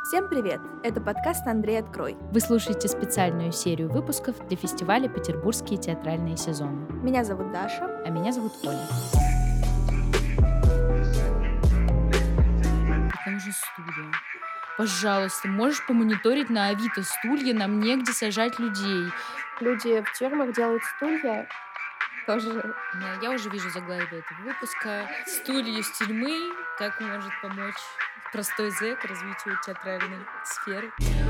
Всем привет! Это подкаст «Андрей, открой». Вы слушаете специальную серию выпусков для фестиваля «Петербургские театральные сезоны». Меня зовут Даша. А меня зовут Оля. Это нужна студия. Пожалуйста, можешь помониторить на Авито стулья, нам негде сажать людей. Люди в тюрьмах делают стулья тоже. Да, я уже вижу заглавие этого выпуска. Стулья из тюрьмы. Как может помочь простой зэк развитию театральной сферы?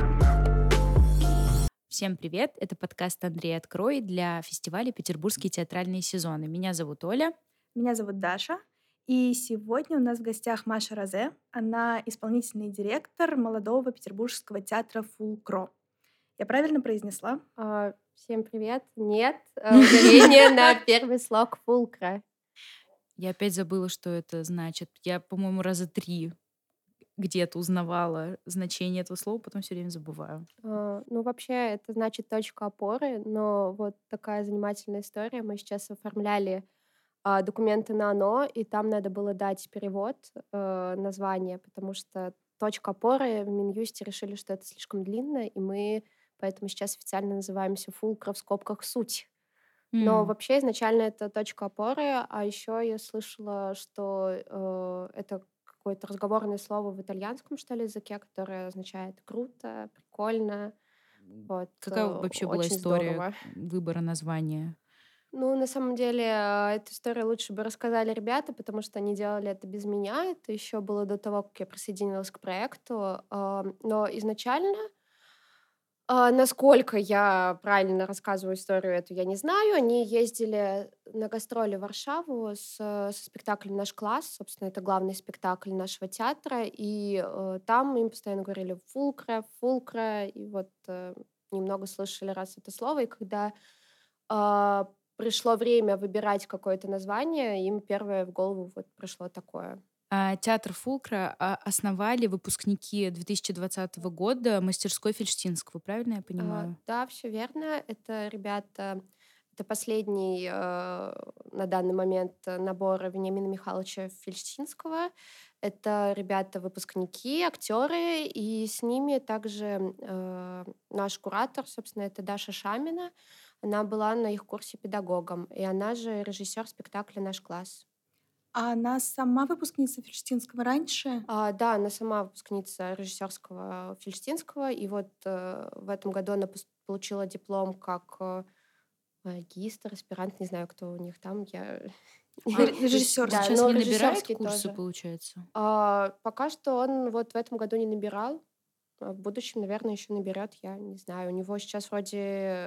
Всем привет! Это подкаст «Андрей, открой» для фестиваля «Петербургские театральные сезоны». Меня зовут Оля. Меня зовут Даша. И сегодня у нас в гостях Маша Розе. Она исполнительный директор молодого петербургского театра «Фулкро». Я правильно произнесла? Всем привет. Нет, ударение на первый слог фулкра. Я опять забыла, что это значит. Я, по-моему, раза 3 где-то узнавала значение этого слова, потом все время забываю. Ну, вообще, это значит точка опоры, но вот такая занимательная история. Мы сейчас оформляли документы на ОНО, и там надо было дать перевод названия, потому что точка опоры в Минюсте решили, что это слишком длинно, и мы поэтому сейчас официально называемся «Фулкра» в скобках «Суть». Но вообще изначально это точка опоры, а еще я слышала, что это какое-то разговорное слово в итальянском, что ли, языке, которое означает круто, прикольно. Вот, Какая вообще была очень история здорово. выбора названия? Ну, на самом деле, эту историю лучше бы рассказали ребята, потому что они делали это без меня. Это еще было до того, как я присоединилась к проекту. Но изначально насколько я правильно рассказываю историю эту, я не знаю. Они ездили на гастроли в Варшаву со спектаклем «Наш класс». Собственно, это главный спектакль нашего театра. И там им постоянно говорили «фулкра», «фулкра». И вот немного слышали раз это слово. И когда а, пришло время выбирать какое-то название, им первое в голову вот пришло такое. Театр Фулкра основали выпускники 2020 года мастерской Фельштинского, правильно я понимаю? Да, все верно. Это ребята, это последний на данный момент набор Вениамина Михайловича Фельштинского. Это ребята-выпускники, актеры, и с ними также наш куратор, собственно, это Даша Шамина. Она была на их курсе педагогом, и она же режиссер спектакля «Наш класс». А она сама выпускница Фельштинского раньше? Да, она сама выпускница режиссерского Фельштинского, и вот в этом году она получила диплом как магистр, аспирант, не знаю, кто у них там, я... Режиссер. Да, Сейчас но не набирает режиссерский курсы, тоже. получается? Пока что он вот в этом году не набирал, а в будущем, наверное, еще наберет, я не знаю. У него сейчас вроде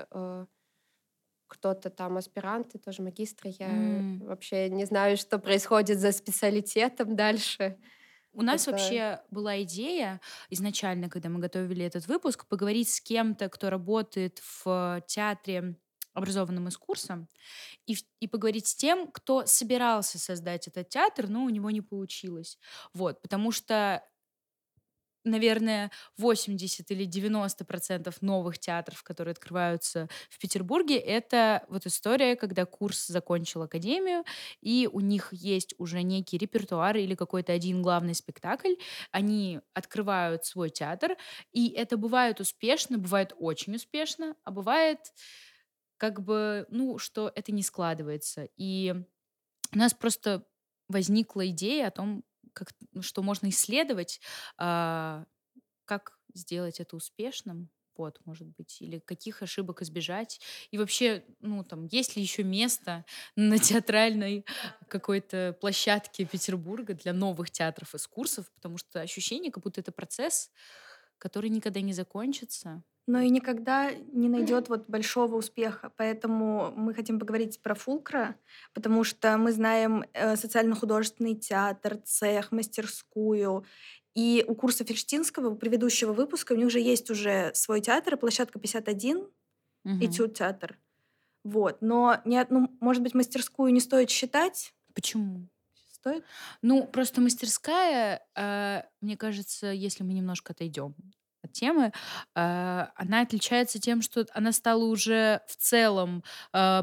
кто-то там аспиранты, тоже магистры. Я вообще не знаю, что происходит за специалитетом дальше. У нас Это вообще была идея изначально, когда мы готовили этот выпуск, поговорить с кем-то, кто работает в театре, образованном из курса, и поговорить с тем, кто собирался создать этот театр, но у него не получилось. Вот, потому что, наверное, 80 или 90% новых театров, которые открываются в Петербурге, это вот история, когда курс закончил академию, и у них есть уже некий репертуар или какой-то один главный спектакль. Они открывают свой театр, и это бывает успешно, бывает очень успешно, а бывает как бы, ну, что это не складывается. И у нас просто возникла идея о том, что можно исследовать, а, как сделать это успешным, вот, может быть, или каких ошибок избежать. И вообще, ну, там, есть ли еще место на театральной какой-то площадке Петербурга для новых театров из курсов, потому что ощущение, как будто это процесс, который никогда не закончится. Но и никогда не найдет вот большого успеха. Поэтому мы хотим поговорить про Фулкра, потому что мы знаем социально-художественный театр, цех, мастерскую. И у курса Фельштинского, у предыдущего выпуска, у них же есть уже свой театр, площадка 51, Мгм. этюд-театр. Вот. Но не, ну, может быть, мастерскую не стоит считать? Почему? Стоит? Ну, просто мастерская, мне кажется, если мы немножко отойдем от темы, она отличается тем, что она стала уже в целом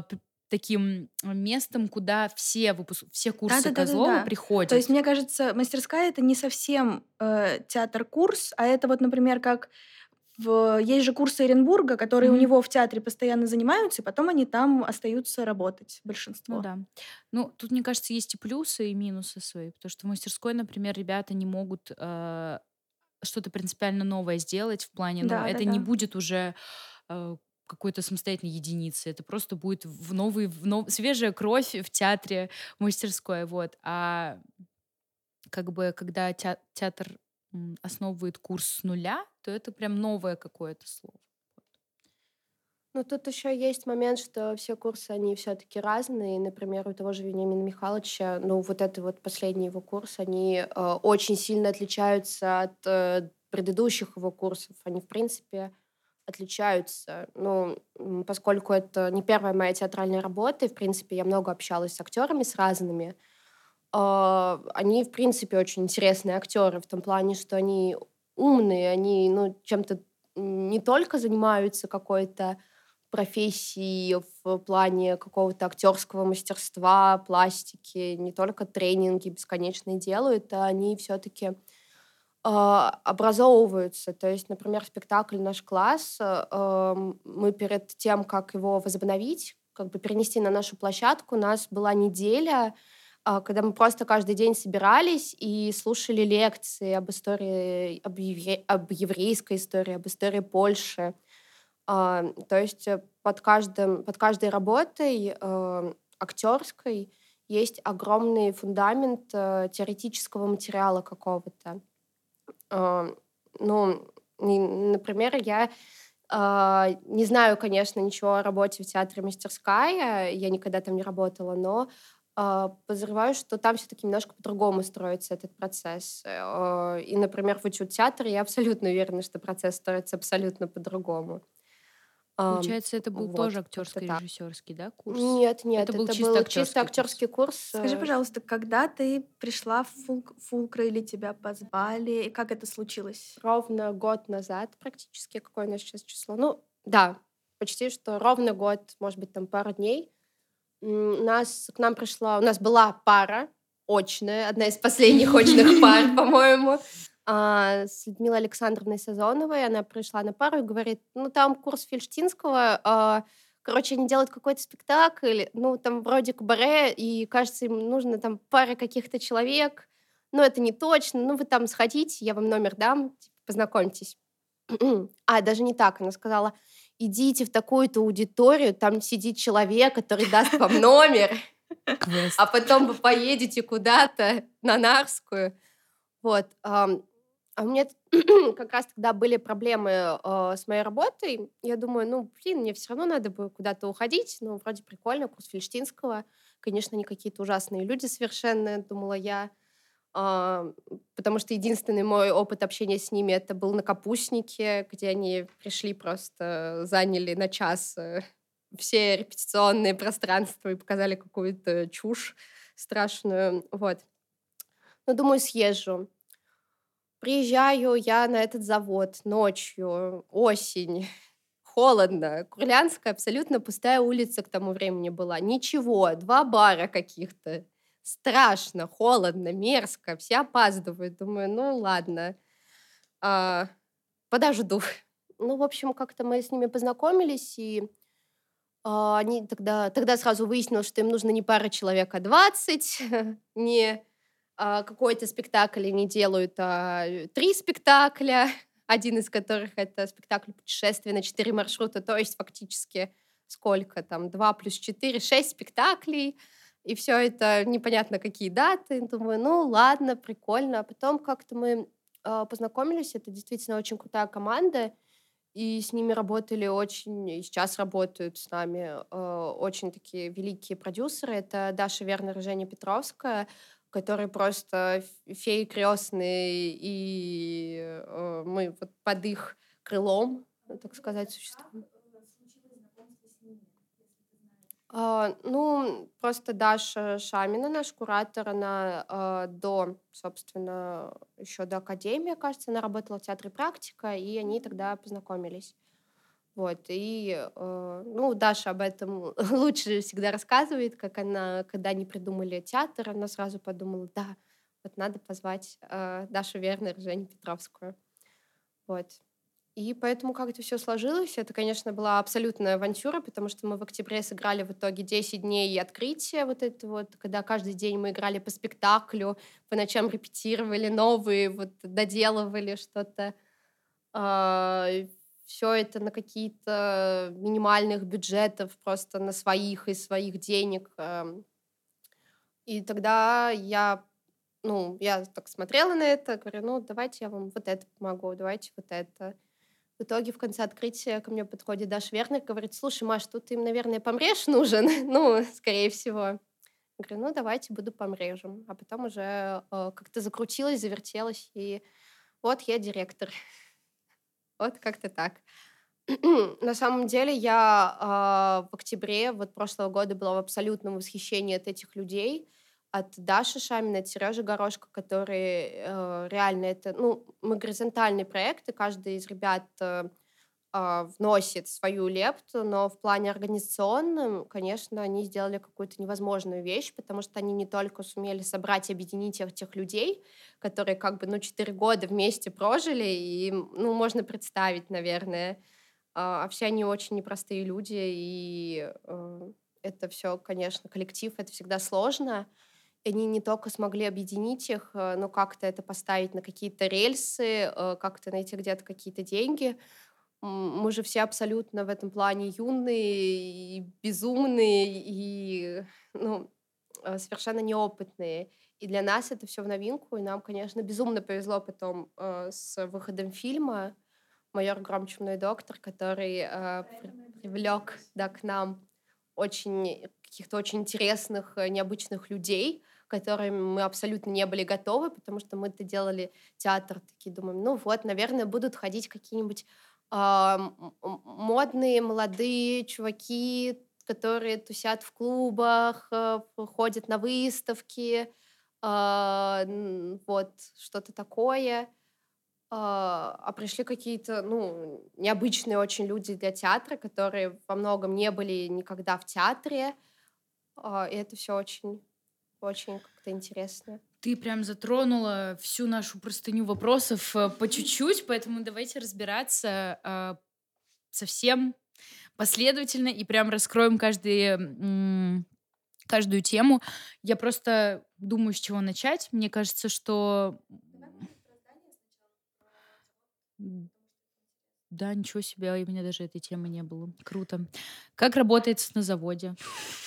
таким местом, куда все курсы Козлова Да-да-да-да-да. То есть, приходят. мне кажется, мастерская — это не совсем, театр-курс, а это вот, например, как есть же курсы Оренбурга, которые у Мгм. него в театре постоянно занимаются, и потом они там остаются работать, Ну большинство. да. Ну, тут, мне кажется, есть и плюсы, и минусы свои, потому что в мастерской, например, ребята не могут что-то принципиально новое сделать в плане, ну, это Да-да-да. не будет уже э, какой-то самостоятельной единицы, это просто будет свежая кровь в театре мастерской, вот. А как бы, когда театр основывает курс с нуля, то это прям новое какое-то слово. Ну, тут еще есть момент, что все курсы, они все-таки разные. Например, у того же Вениамина Михайловича, ну, вот это вот последний его курс, они очень сильно отличаются от предыдущих его курсов. Они, в принципе, отличаются. Ну, поскольку это не первая моя театральная работа, и, в принципе, я много общалась с актерами, с разными, они, в принципе, очень интересные актеры в том плане, что они умные, они, ну, чем-то не только занимаются какой-то профессией в плане какого-то актерского мастерства, пластики, не только тренинги бесконечные делают, а они все-таки образовываются. То есть, например, спектакль «Наш класс», мы перед тем, как его возобновить, как бы перенести на нашу площадку, у нас была неделя, когда мы просто каждый день собирались и слушали лекции об истории, об еврейской истории, об истории Польши. То есть под каждой работой актерской есть огромный фундамент теоретического материала какого-то. А, ну, например, я не знаю, конечно, ничего о работе в театре «Мастерская», я никогда там не работала, но подозреваю, что там все-таки немножко по-другому строится этот процесс. И, например, в «Этюд-театре» я абсолютно уверена, что процесс строится абсолютно по-другому. Ам, Получается, это был тоже вот, как-то актерско так. режиссерский, да, курс? Нет, Это нет, был это чисто был чисто актерский курс. актерский курс. Скажи, пожалуйста, когда ты пришла в Фулкра или тебя позвали, и как это случилось? Ровно год назад практически. Какое у нас сейчас число? Ну да, почти что ровно год, может быть, там пару дней. К нам пришла, у нас была пара очная, одна из последних очных пар, по-моему, с Людмилой Александровной Сазоновой. Она пришла на пару и говорит: ну, там курс Фельштинского, короче, они делают какой-то спектакль, ну, там вроде кабаре, и, кажется, им нужно там пара каких-то человек, но это не точно, ну, вы там сходите, я вам номер дам, типа, познакомьтесь. Даже не так, она сказала: идите в такую-то аудиторию, там сидит человек, который даст вам номер, а Квест. потом вы поедете куда-то на Нарскую. Вот. А у меня как раз тогда были проблемы с моей работой. Я думаю, ну, блин, мне все равно надо бы куда-то уходить. Ну, вроде прикольно, курс Фельштинского. Конечно, они какие-то ужасные люди совершенно, думала я. А, Потому что единственный мой опыт общения с ними — это был на Капустнике, где они пришли, просто заняли на час все репетиционные пространства и показали какую-то чушь страшную. Вот. Ну, думаю, съезжу. Приезжаю я на этот завод ночью, осень, холодно. Курлянская, абсолютно пустая улица к тому времени была. Ничего, 2 бара каких-то. Страшно, холодно, мерзко, все опаздывают. Думаю, ну ладно, а, подожду. Ну, в общем, как-то мы с ними познакомились, и они тогда сразу выяснилось, что им нужно не пара человек, а 20, не какой-то спектакль они делают, 3 спектакля, один из которых — это спектакль «Путешествие на 4 маршрута», то есть фактически сколько там, 2 плюс 4, 6 спектаклей, и все это непонятно какие даты. Думаю, ну ладно, прикольно. А потом как-то мы познакомились, это действительно очень крутая команда, и с ними работали очень, и сейчас работают с нами, очень такие великие продюсеры. Это Даша Вернер и Женя Петровская, которые просто феи крестные, и мы вот под их крылом, так сказать, существуем. Ну, просто Даша Шамина, наш куратор, она собственно, еще до академии, кажется, она работала в театре «Практика», и они тогда познакомились. Вот, ну, Даша об этом лучше всегда рассказывает, как она, когда они придумали театр, она сразу подумала, да, вот надо позвать Дашу Вернер, Женю Петровскую. Вот. И поэтому как это все сложилось, это, конечно, была абсолютная авантюра, потому что мы в октябре сыграли в итоге 10 дней открытия вот это вот, когда каждый день мы играли по спектаклю, по ночам репетировали новые, вот доделывали что-то. Все это на какие-то минимальных бюджетов, просто на своих, из своих денег. И тогда я так смотрела на это, говорю: "Ну, давайте я вам вот это помогу, давайте вот это". В итоге в конце открытия ко мне подходит Даша Вернер, говорит: "Слушай, Маш, тут им, наверное, помреж нужен". Ну, скорее всего. Я говорю: "Ну, давайте, буду помрежем". А потом уже, как-то закрутилось, завертелось, и вот я директор. Вот как-то так. На самом деле я, в октябре вот прошлого года была в абсолютном восхищении от этих людей, от Даши Шаминой, от Сережи Горошко, которые, реально мы горизонтальный проект, и каждый из ребят, вносит свою лепту, но в плане организационном, конечно, они сделали какую-то невозможную вещь, потому что они не только сумели собрать и объединить этих людей, которые как бы, 4 года вместе прожили, и, можно представить, наверное, а все они очень непростые люди, и, это все, конечно, коллектив, это всегда сложно. И они не только смогли объединить их, но как-то это поставить на какие-то рельсы, как-то найти где-то какие-то деньги. Мы же все абсолютно в этом плане юные и безумные, и, ну, совершенно неопытные. И для нас это все в новинку, и нам, конечно, безумно повезло потом, с выходом фильма "Майор Гром. Чумной доктор", который, привлек, да, к нам каких-то очень интересных, необычных людей, к которым мы абсолютно не были готовы, потому что мы-то делали театр, такие думаем: "Ну вот, наверное, будут ходить какие-нибудь, модные молодые чуваки, которые тусят в клубах, ходят на выставки, вот что-то такое". Пришли какие-то, необычные очень люди для театра, которые во многом не были никогда в театре, и это все очень очень как-то интересно. Ты прям затронула всю нашу простыню вопросов по чуть-чуть, поэтому давайте разбираться совсем последовательно и прям раскроем каждую тему. Я просто думаю, с чего начать. Мне кажется, что... Да, ничего себе, у меня даже этой темы не было. Круто. Как работает на заводе?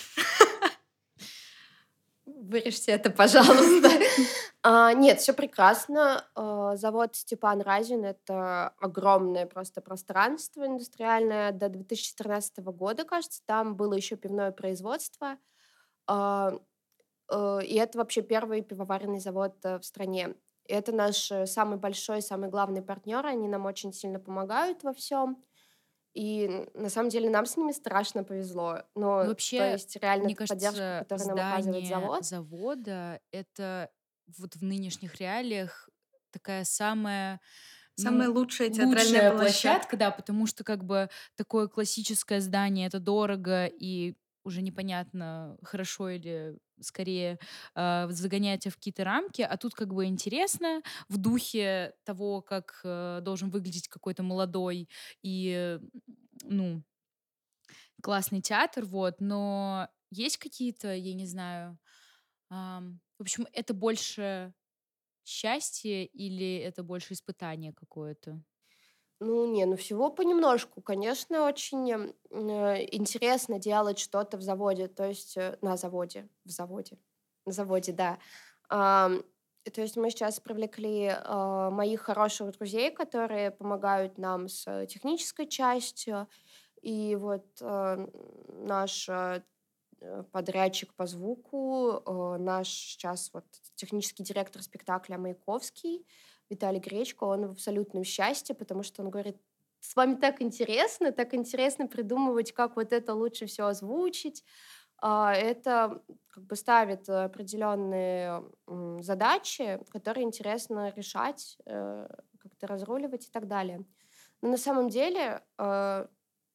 Вырежьте это, пожалуйста. Нет, все прекрасно. Завод "Степан Разин" — это огромное просто пространство индустриальное. До 2014 года, кажется, там было еще пивное производство. А, и это вообще первый пивоваренный завод, в стране. И это наш, самый большой, самый главный партнер. Они нам очень сильно помогают во всем. И на самом деле нам с ними страшно повезло. Ну, Но, то вообще, есть реально мне ту поддержку, кажется, которую нам оказывает здание завод. завода — это вот в нынешних реалиях такая самая, Самая ну, лучшая театральная лучшая площадка. площадка, да, потому что как бы такое классическое здание — это дорого и уже непонятно, хорошо или скорее загоняет тебя в какие-то рамки, а тут как бы интересно в духе того, как должен выглядеть какой-то молодой и, ну, классный театр, вот, но есть какие-то, я не знаю, в общем, это больше счастье или это больше испытание какое-то? Всего понемножку. Конечно, очень, интересно делать что-то в заводе, то есть, на заводе, да. Ам, То есть мы сейчас привлекли, моих хороших друзей, которые помогают нам с, технической частью. И вот, наш, подрядчик по звуку, наш сейчас вот технический директор спектакля Маяковский Виталий Гречко, он в абсолютном счастье, потому что он говорит: "С вами так интересно придумывать, как вот это лучше все озвучить". Это как бы ставит определенные, задачи, которые интересно решать, как-то разруливать и так далее. Но на самом деле,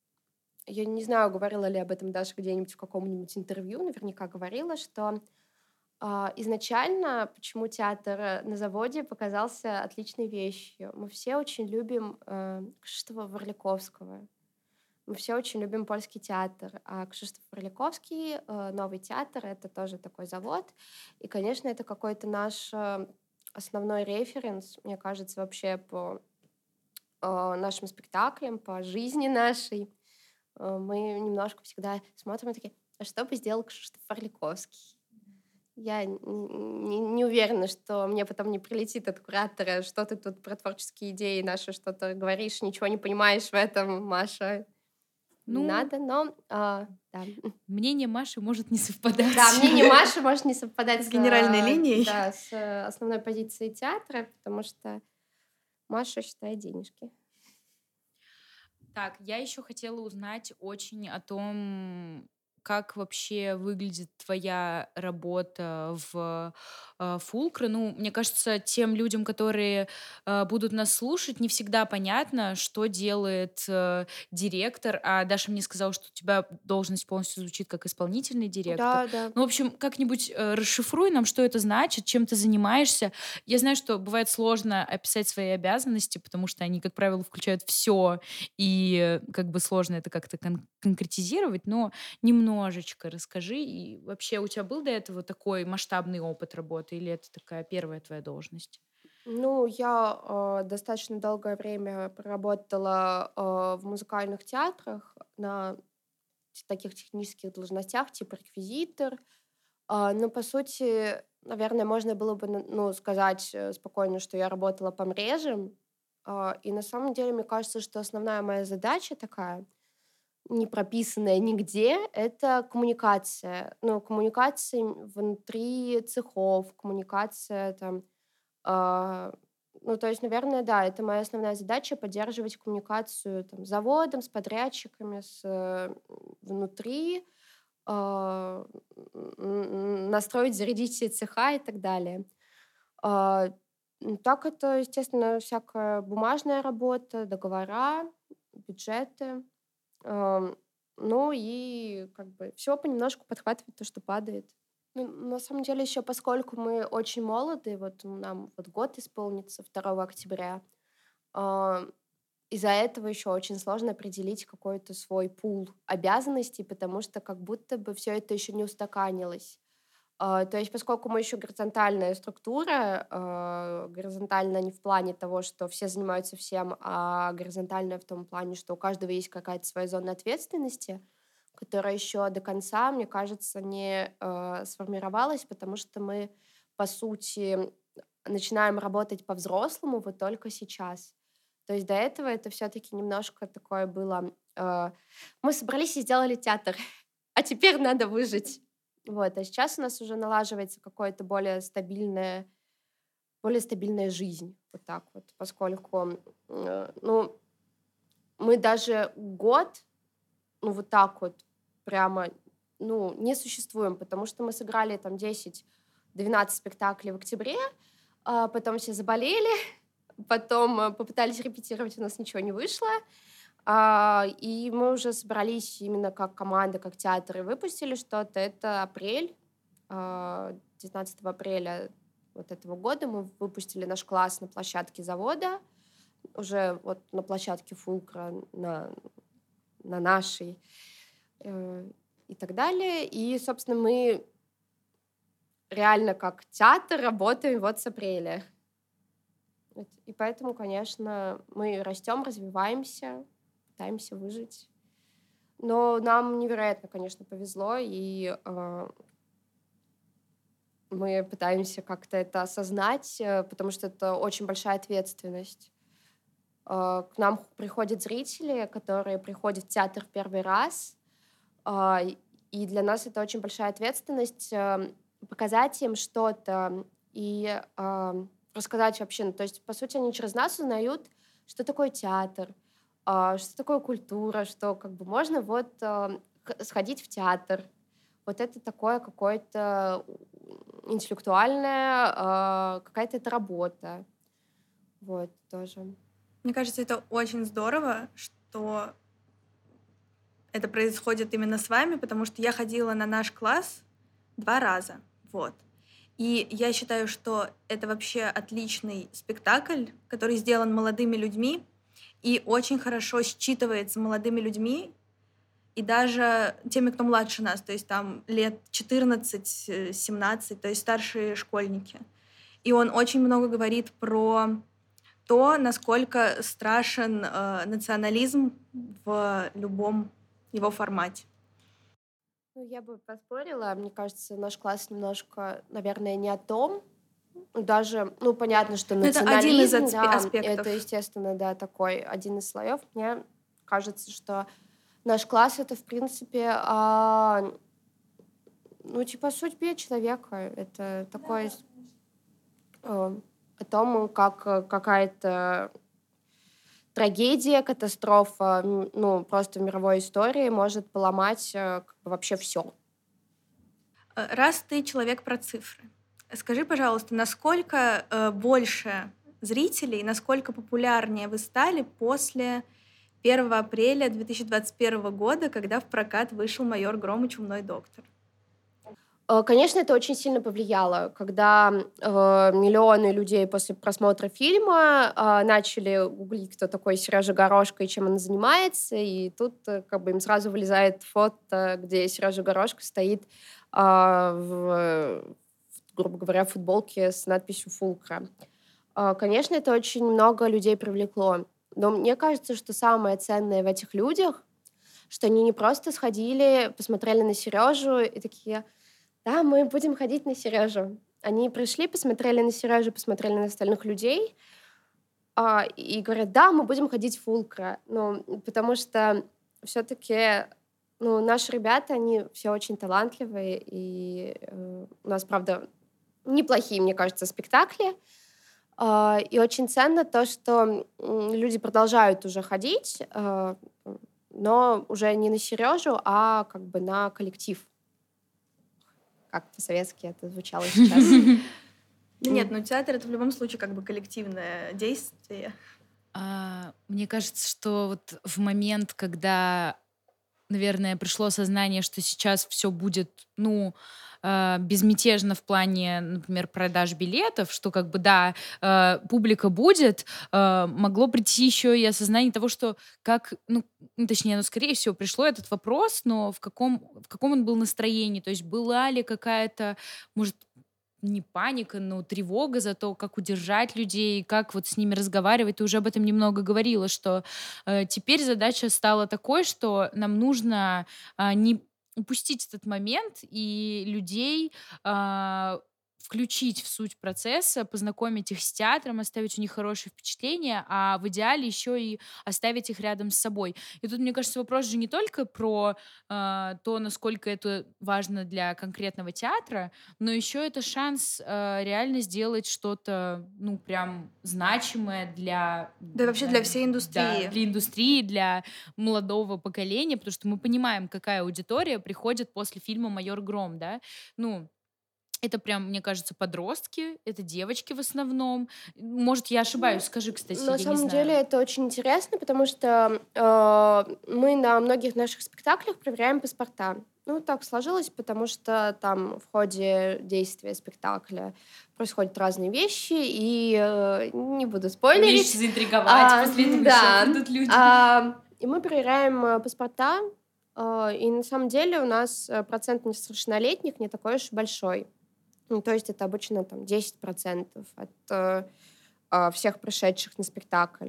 я не знаю, говорила ли об этом даже где-нибудь в каком-нибудь интервью, наверняка говорила, что изначально почему театр на заводе показался отличной вещью. Мы все очень любим Кшиштофа Варликовского. Мы все очень любим польский театр. А Кшиштоф Варликовский, новый театр, это тоже такой завод. И, конечно, это какой-то наш основной референс, мне кажется, вообще по нашим спектаклям, по жизни нашей. Мы немножко всегда смотрим и такие: а что бы сделал Кшиштоф Варликовский? Я не уверена, что мне потом не прилетит от куратора: что ты тут про творческие идеи наши что-то говоришь, ничего не понимаешь в этом, Маша. Не Ну, надо, но да. мнение Маши может не Да, совпадать. мнение Маши может не совпадать С генеральной линией. да, с основной позицией театра, потому что Маша считает денежки. Так, я еще хотела узнать очень о том, как вообще выглядит твоя работа в Фулкре. Ну, мне кажется, тем людям, которые будут нас слушать, не всегда понятно, что делает директор. А Даша мне сказала, что у тебя должность полностью звучит как исполнительный директор. Да, да. Ну, в общем, как-нибудь расшифруй нам, что это значит, чем ты занимаешься. Я знаю, что бывает сложно описать свои обязанности, потому что они, как правило, включают все, и как бы сложно это как-то конкретизировать, но немножечко расскажи. И вообще у тебя был до этого такой масштабный опыт работы или это такая первая твоя должность? Ну, я достаточно долгое время проработала в музыкальных театрах на таких технических должностях, типа реквизитор. Ну, по сути, наверное, можно было бы ну, сказать спокойно, что я работала по мрежам. И на самом деле, мне кажется, что основная моя задача такая, не прописанная нигде, это коммуникация. Ну, коммуникация внутри цехов, коммуникация там. а, ну, то есть, наверное, да, это моя основная задача — поддерживать коммуникацию там, с заводом, с подрядчиками, внутри, а, настроить, зарядить все цеха и так далее. А, так это, естественно, всякая бумажная работа, договора, бюджеты. Ам, ну и как бы все понемножку подхватывать то, что падает. Ну, на самом деле, еще поскольку мы очень молоды, вот нам вот год исполнится 2 октября, а, из-за этого еще очень сложно определить какой-то свой пул обязанностей, потому что как будто бы все это еще не устаканилось. То есть, поскольку мы еще горизонтальная структура, горизонтальная не в плане того, что все занимаются всем, а горизонтальная в том плане, что у каждого есть какая-то своя зона ответственности, которая еще до конца, мне кажется, не сформировалась, потому что мы, по сути, начинаем работать по-взрослому вот только сейчас. То есть до этого это все-таки немножко такое было. Мы собрались и сделали театр, а теперь надо выжить. Вот, а сейчас у нас уже налаживается какое-то более стабильная жизнь, вот так вот, поскольку, ну, мы даже год, ну, вот так вот прямо, ну, не существуем, потому что мы сыграли там 10-12 спектаклей в октябре, потом все заболели, потом попытались репетировать, у нас ничего не вышло, и мы уже собрались именно как команда, как театр и выпустили что-то. Это апрель, 19 апреля вот этого года мы выпустили наш класс на площадке завода, уже вот на площадке Фулкра, на нашей э, и так далее. И, собственно, мы реально как театр работаем вот с апреля. Вот. И поэтому, конечно, мы растем, развиваемся, пытаемся выжить. Но нам невероятно, конечно, повезло, и мы пытаемся как-то это осознать, потому что это очень большая ответственность. К нам приходят зрители, которые приходят в театр в первый раз, и для нас это очень большая ответственность показать им что-то и рассказать вообще. Ну, то есть, по сути, они через нас узнают, что такое театр, что такое культура, что как бы можно вот сходить в театр. Вот это такое какое-то интеллектуальное, какая-то это работа. Вот, тоже. Мне кажется, это очень здорово, что это происходит именно с вами, потому что я ходила на наш класс 2 раза. Вот. И я считаю, что это вообще отличный спектакль, который сделан молодыми людьми и очень хорошо считывается молодыми людьми и даже теми, кто младше нас, то есть там лет 14-17, то есть старшие школьники. И он очень много говорит про то, насколько страшен национализм в любом его формате. Ну, я бы поспорила. Мне кажется, наш класс немножко, наверное, не о том. Даже, ну, понятно, что Но это один из национализм, да, аспектов. это, естественно, да, такой один из слоев. Мне кажется, что наш класс — это, в принципе, ну, типа, о судьбе человека. Это такой о том, как какая-то трагедия, катастрофа, ну, просто в мировой истории может поломать как бы вообще все. Раз ты человек про цифры, скажи, пожалуйста, насколько больше зрителей, насколько популярнее вы стали после 1 апреля 2021 года, когда в прокат вышел «Майор Гром» и «Чумной доктор»? Конечно, это очень сильно повлияло, когда миллионы людей после просмотра фильма начали гуглить, кто такой Сережа Горошко и чем он занимается, и тут как бы им сразу вылезает фото, где Сережа Горошко стоит грубо говоря, в футболке с надписью «Фулкра». Конечно, это очень много людей привлекло, но мне кажется, что самое ценное в этих людях, что они не просто сходили, посмотрели на Сережу и такие: да, мы будем ходить на Сережу. Они пришли, посмотрели на Сережу, посмотрели на остальных людей, и говорят: да, мы будем ходить в Фулкра. Ну, потому что все-таки, ну, наши ребята, они все очень талантливые, и у нас, правда, неплохие, мне кажется, спектакли. И очень ценно то, что люди продолжают уже ходить, но уже не на Сережу, а как бы на коллектив. Как по-советски это звучало сейчас. Нет, ну театр — это в любом случае как бы коллективное действие. Мне кажется, что вот в момент, когда, наверное, пришло сознание, что сейчас все будет, ну, безмятежно в плане, например, продаж билетов, что как бы, да, публика будет, могло прийти еще и осознание того, что как, точнее, скорее всего, пришло этот вопрос, но в каком он был настроении, то есть была ли какая-то, может, не паника, но тревога за то, как удержать людей, как вот с ними разговаривать. Ты уже об этом немного говорила, что теперь задача стала такой, что нам нужно не упустить этот момент и людей включить в суть процесса, познакомить их с театром, оставить у них хорошее впечатление, а в идеале еще и оставить их рядом с собой. И тут, мне кажется, вопрос же не только про то, насколько это важно для конкретного театра, но еще это шанс реально сделать что-то, ну, прям значимое для, Да и вообще для всей да, индустрии. для индустрии, для молодого поколения, потому что мы понимаем, какая аудитория приходит после фильма «Майор Гром», да, ну, это прям, мне кажется, подростки, это девочки в основном. Может, я ошибаюсь, скажи, кстати, На я не самом деле знаю. это очень интересно, потому что мы на многих наших спектаклях проверяем паспорта. Ну, так сложилось, потому что там в ходе действия спектакля происходят разные вещи, и не буду Умеешь спойлерить. заинтриговать, после этого Да. еще придут люди. И мы проверяем паспорта, и на самом деле у нас процент несовершеннолетних не такой уж большой. Ну, то есть это обычно там 10% от всех пришедших на спектакль.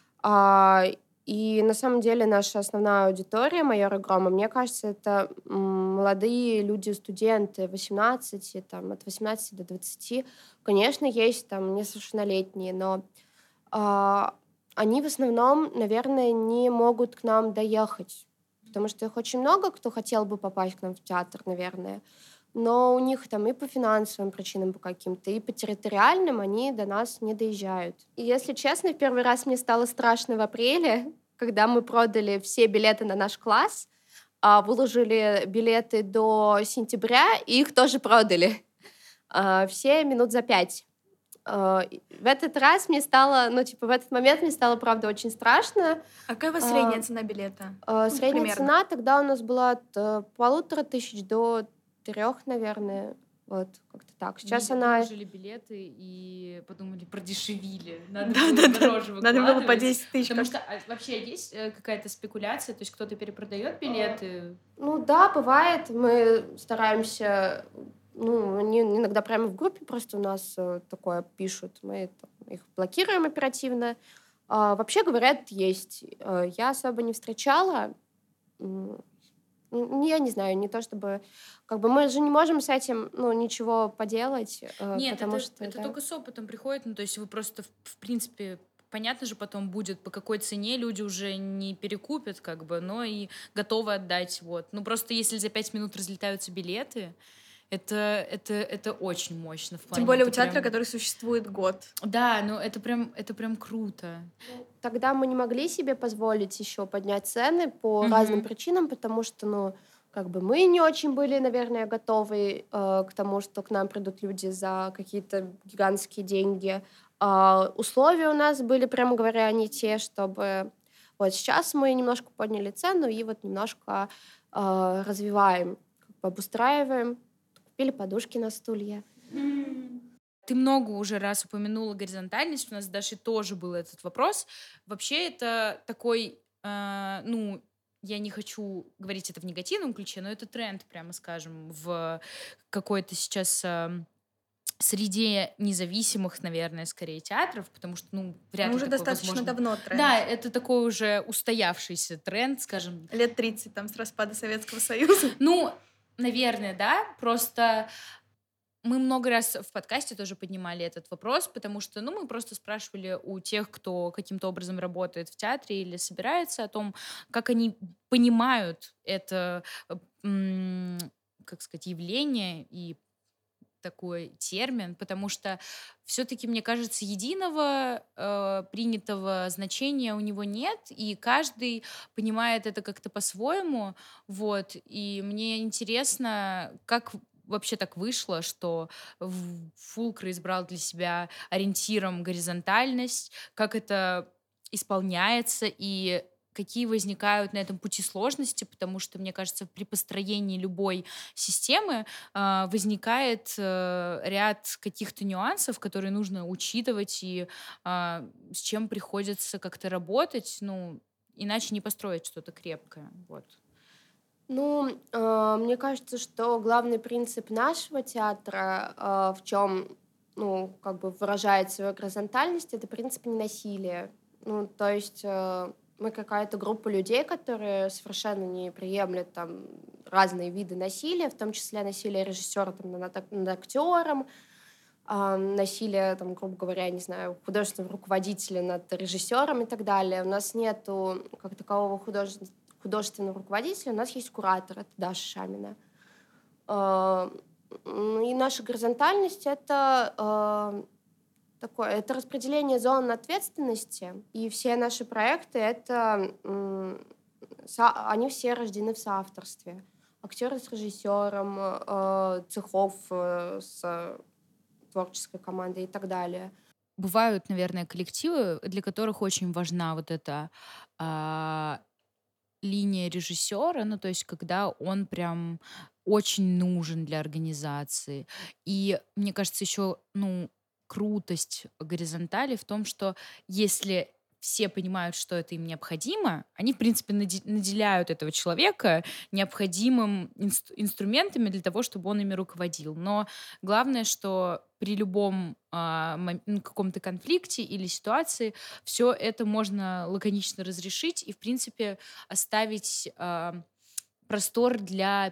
И на самом деле наша основная аудитория «Майора Грома», мне кажется, это молодые люди, студенты 18, там, от 18 до 20. Конечно, есть там несовершеннолетние, но они в основном, наверное, не могут к нам доехать, потому что их очень много, кто хотел бы попасть к нам в театр, наверное. Но у них там и по финансовым причинам по каким-то, и по территориальным они до нас не доезжают. И если честно, в первый раз мне стало страшно в апреле, когда мы продали все билеты на наш класс, выложили билеты до сентября, и их тоже продали. Все минут за 5. В этот раз мне стало, ну, типа, в этот момент мне стало, правда, очень страшно. А какая у вас А, средняя цена билета? Ну, Средняя примерно. цена тогда у нас была от 1500 до 3, наверное. Вот, как-то так. Сейчас Не она... выложили билеты и подумали, продешевили. Надо было Да-да-да. дороже Надо было по выкладывать. 10 тысяч. Потому что вообще есть какая-то спекуляция, то есть кто-то перепродает билеты. Ну да, бывает. Мы стараемся, ну, они иногда прямо в группе просто у нас такое пишут. Мы их блокируем оперативно. Вообще, говорят, есть. Я особо не встречала. М, Я не знаю, не то чтобы... Как бы мы же не можем с этим, ну, ничего поделать, Нет, потому что, это да. только с опытом приходит. Ну, то есть вы просто, в принципе, понятно же потом будет, по какой цене люди уже не перекупят, как бы, но и готовы отдать. Вот. Ну, просто если за 5 минут разлетаются билеты, это очень мощно в плане. Тем более у это театра, прям- который существует год. Да, ну это прям круто. Тогда мы не могли себе позволить еще поднять цены по разным Мгм. причинам, потому что, ну, как бы мы не очень были, наверное, готовы к тому, что к нам придут люди за какие-то гигантские деньги. Условия у нас были, прямо говоря, не те, чтобы... Вот сейчас мы немножко подняли цену и вот немножко развиваем, как бы обустраиваем. Купили подушки на стулья. Ты много уже раз упомянула горизонтальность, у нас с Дашей тоже был этот вопрос. Вообще это такой, ну, я не хочу говорить это в негативном ключе, но это тренд, прямо скажем, в какой-то сейчас среде независимых, наверное, скорее театров, потому что, ну, вряд Ну, ли уже такое достаточно возможно. давно тренд. Да, это такой уже устоявшийся тренд, скажем. Лет 30 там с распада Советского Союза. Ну, наверное, да, просто мы много раз в подкасте тоже поднимали этот вопрос, потому что, ну, мы просто спрашивали у тех, кто каким-то образом работает в театре или собирается, о том, как они понимают это, м, как сказать, явление и такой термин, потому что все-таки, мне кажется, единого принятого значения у него нет, и каждый понимает это как-то по-своему, вот, и мне интересно, как вообще так вышло, что Фулкр избрал для себя ориентиром горизонтальность, как это исполняется, и какие возникают на этом пути сложности, потому что, мне кажется, при построении любой системы возникает ряд каких-то нюансов, которые нужно учитывать и с чем приходится как-то работать, ну, иначе не построить что-то крепкое. Вот. Ну, мне кажется, что главный принцип нашего театра, в чем, ну, как бы выражает свою горизонтальность, это принцип ненасилия. Ну, то есть мы какая-то группа людей, которые совершенно не приемлют там разные виды насилия, в том числе насилие режиссера там, над актером, насилие, там, грубо говоря, не знаю, художественного руководителя над режиссером и так далее. У нас нету как такового художественного руководителя, у нас есть куратор, это Даша Шамина. А, И наша горизонтальность — это такое, это распределение зон ответственности, и все наши проекты — это они все рождены в соавторстве. Актеры с режиссером, цехов с творческой командой и так далее. Бывают, наверное, коллективы, для которых очень важна вот эта а, линия режиссера, ну, то есть когда он прям очень нужен для организации. И мне кажется, еще, ну, крутость горизонтали в том, что если все понимают, что это им необходимо, они, в принципе, наделяют этого человека необходимым инструментами для того, чтобы он ими руководил. Но главное, что при любом каком-то конфликте или ситуации все это можно лаконично разрешить и, в принципе, оставить простор для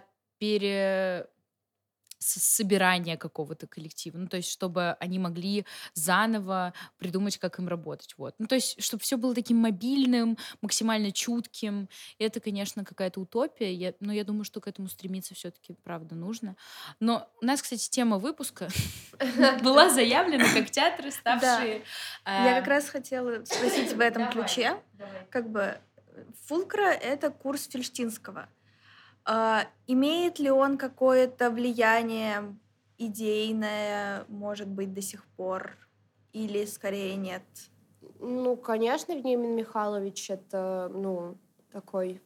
собирания какого-то коллектива. Ну, то есть, чтобы они могли заново придумать, как им работать. Вот. Ну, то есть, чтобы все было таким мобильным, максимально чутким. И это, конечно, какая-то утопия. Но я думаю, что к этому стремиться все-таки, правда, нужно. Но у нас, кстати, тема выпуска была заявлена как театры, Да. ставшие... Я как раз хотела спросить в этом ключе. Как бы Фулкра — это курс Фельштинского. Имеет ли он какое-то влияние идейное, может быть, до сих пор или скорее нет? Ну, конечно, Вениамин Михайлович — это, ну, такой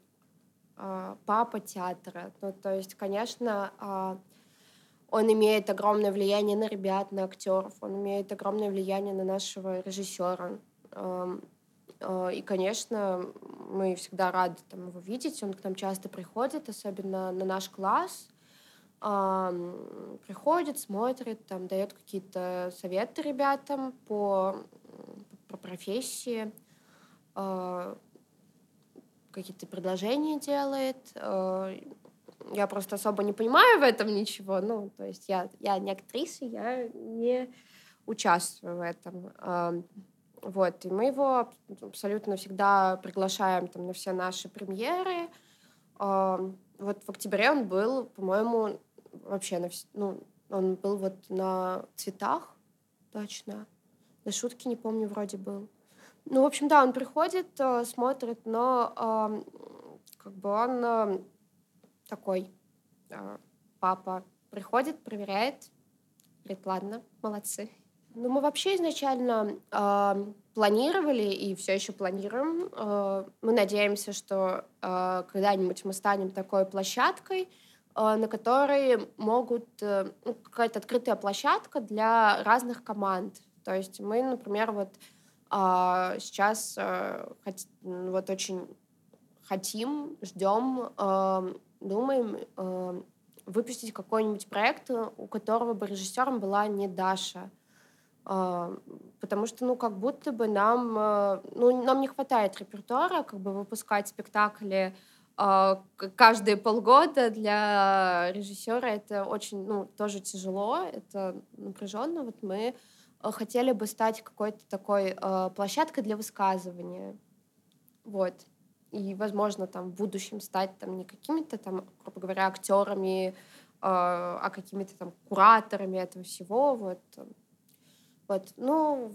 папа театра. Ну, то есть, конечно, он имеет огромное влияние на ребят, на актеров, он имеет огромное влияние на нашего режиссера. И, конечно, мы всегда рады там его видеть. Он к нам часто приходит, особенно на наш класс. Приходит, смотрит, там, дает какие-то советы ребятам по профессии, а, какие-то предложения делает. Я просто особо не понимаю в этом ничего. Ну, то есть я не актриса, я не участвую в этом. Вот, и мы его абсолютно всегда приглашаем там на все наши премьеры. Вот в октябре он был, по-моему, вообще ну, он был вот на «Цветах», точно. На «Шутке», не помню, вроде был. Ну, в общем, да, он приходит, смотрит, но как бы он такой папа приходит, проверяет, говорит, ладно, молодцы. Ну, мы вообще изначально планировали и все еще планируем. Мы надеемся, что когда-нибудь мы станем такой площадкой, на которой могут... ну, какая-то открытая площадка для разных команд. То есть мы, например, вот сейчас вот очень хотим, ждем, думаем выпустить какой-нибудь проект, у которого бы режиссером была не Даша. Потому что, ну, как будто бы нам не хватает репертуара, как бы выпускать спектакли каждые полгода для режиссера это очень, ну, тоже тяжело, это напряженно. Вот мы хотели бы стать какой-то такой площадкой для высказывания. Вот. И, возможно, там в будущем стать там не какими-то там, грубо говоря, актерами, а какими-то там кураторами этого всего. Вот. Вот. Ну,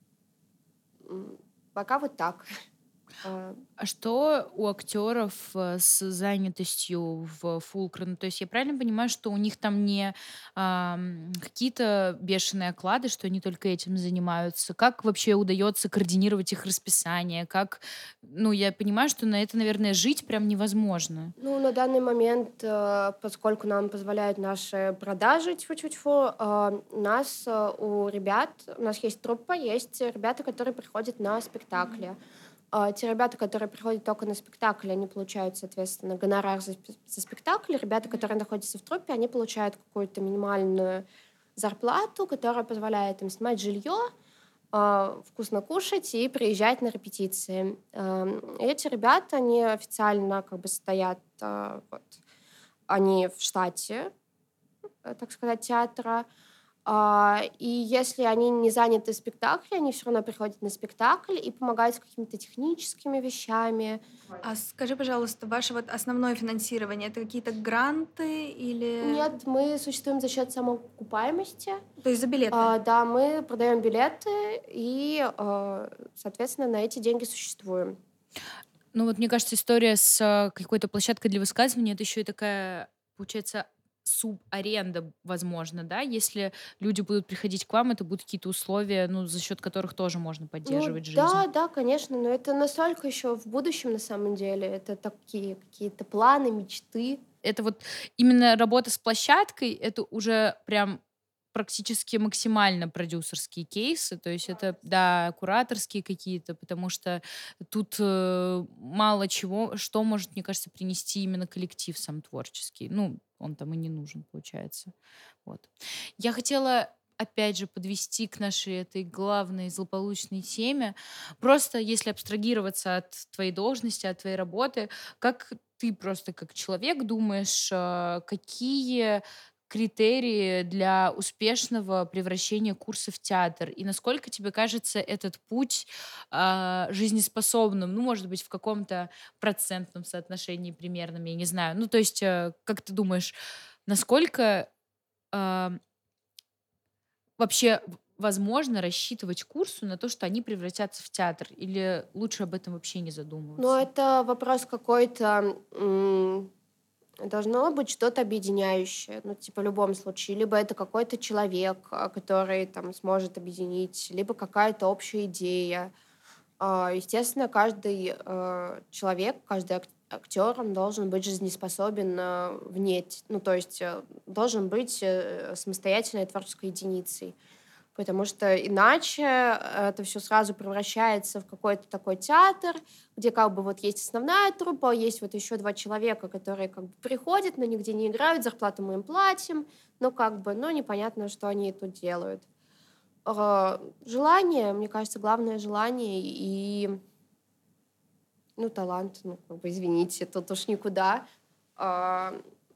пока вот так. А что у актеров с занятостью в Фулкро? Ну, то есть я правильно понимаю, что у них там не какие-то бешеные оклады, что они только этим занимаются? Как вообще удается координировать их расписание? Как, ну, я понимаю, что на это, наверное, жить прям невозможно. Ну, на данный момент, поскольку нам позволяют наши продажи, тьфу-тьфу-тьфу, у нас есть труппа, есть ребята, которые приходят на спектакли. Те ребята, которые приходят только на спектакль, они получают, соответственно, гонорар за спектакль. Ребята, которые находятся в труппе, они получают какую-то минимальную зарплату, которая позволяет им снимать жилье, вкусно кушать и приезжать на репетиции. Эти ребята, они официально как бы стоят, вот, они в штате, так сказать, театра. И если они не заняты спектаклем, они все равно приходят на спектакль и помогают с какими-то техническими вещами. А скажи, пожалуйста, ваше вот основное финансирование — это какие-то гранты или... Нет, мы существуем за счет самоокупаемости. То есть за билеты? Да, мы продаем билеты и, соответственно, на эти деньги существуем. Ну вот мне кажется, история с какой-то площадкой для высказывания, это еще и такая, получается, субаренда, возможно, да? Если люди будут приходить к вам, это будут какие-то условия, ну, за счет которых тоже можно Ну поддерживать жизнь. да, да, конечно, но это настолько еще в будущем на самом деле. Это такие какие-то планы, мечты. Это вот именно работа с площадкой, это уже прям практически максимально продюсерские кейсы, то есть это, да, кураторские какие-то, потому что тут мало чего, что может, мне кажется, принести именно коллектив сам творческий. Ну, он там и не нужен, получается. Вот. Я хотела опять же подвести к нашей этой главной злополучной теме. Просто если абстрагироваться от твоей должности, от твоей работы, как ты просто как человек думаешь, какие критерии для успешного превращения курса в театр? И насколько тебе кажется этот путь жизнеспособным? Ну, может быть, в каком-то процентном соотношении примерном, я не знаю. Ну, то есть, как ты думаешь, насколько а, вообще возможно рассчитывать курсу на то, что они превратятся в театр? Или лучше об этом вообще не Но задумываться? это вопрос какой-то Должно быть что-то объединяющее, ну, типа, в любом случае. Либо это какой-то человек, который там сможет объединить, либо какая-то общая идея. Естественно, каждый человек, каждый актер, он должен быть жизнеспособен ну, то есть должен быть самостоятельной творческой единицей. Потому что иначе это все сразу превращается в какой-то такой театр, где как бы вот есть основная труппа, есть вот еще 2 человека, которые как бы приходят, но нигде не играют, зарплату мы им платим, но как бы, ну, непонятно, что они тут делают. Желание, мне кажется, главное желание и, ну, талант, ну, как бы, извините, тут уж никуда. А,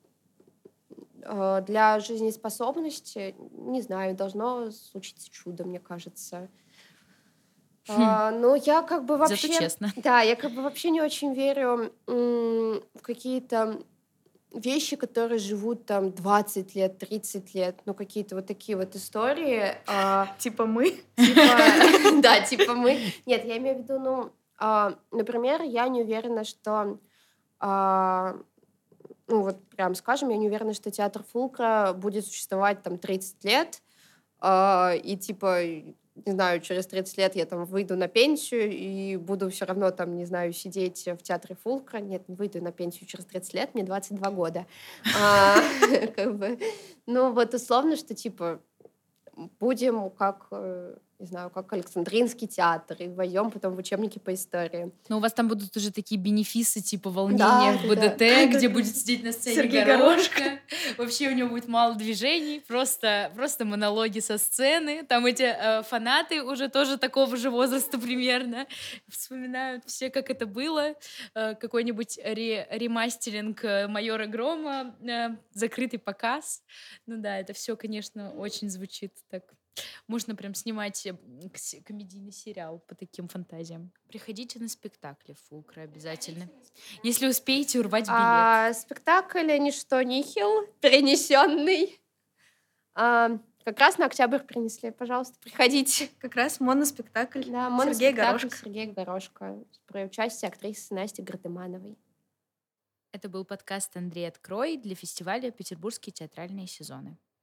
Для жизнеспособности, не знаю, должно случиться чудо, мне кажется. Хм, Ну, я как бы зато вообще, честно. да, я как бы вообще не очень верю в какие-то вещи, которые живут там 20 лет, 30 лет, ну, какие-то вот такие вот истории. Типа мы. Типа, да, типа мы. Нет, я имею в виду, ну, например, я не уверена, что, а, ну, вот прям скажем, я не уверена, что театр Фулкра будет существовать там 30 лет, и типа, не знаю, через 30 лет я там выйду на пенсию и буду все равно там, не знаю, сидеть в театре Фулкра. Нет, не выйду на пенсию через 30 лет, мне 22 года. А, Как бы, ну вот условно, что типа будем как, не знаю, как Александринский театр и войдем потом в учебники по истории. Но у вас там будут уже такие бенефисы, типа волнения Да, в да, да. БДТ, где Да-да-да. будет сидеть на сцене Сергей Горошко. Горошко. Вообще у него будет мало движений, просто монологи со сцены. Там эти фанаты уже тоже такого же возраста примерно вспоминают все, как это было. Какой-нибудь ремастеринг «Майора Грома», закрытый показ. Ну да, это все, конечно, очень звучит так. Можно прям снимать комедийный сериал по таким фантазиям. Приходите на спектакли Фулкра обязательно. Если успеете урвать билет. Спектакль «Ничто нихил», перенесенный. Как раз на октябрь принесли. Пожалуйста, приходите. Как раз моноспектакль Да, Сергея моноспектакль Горошко. Сергея Горошко при участии актрисы Насти Гардемановой. Это был подкаст «Андрей, открой» для фестиваля «Петербургские театральные сезоны».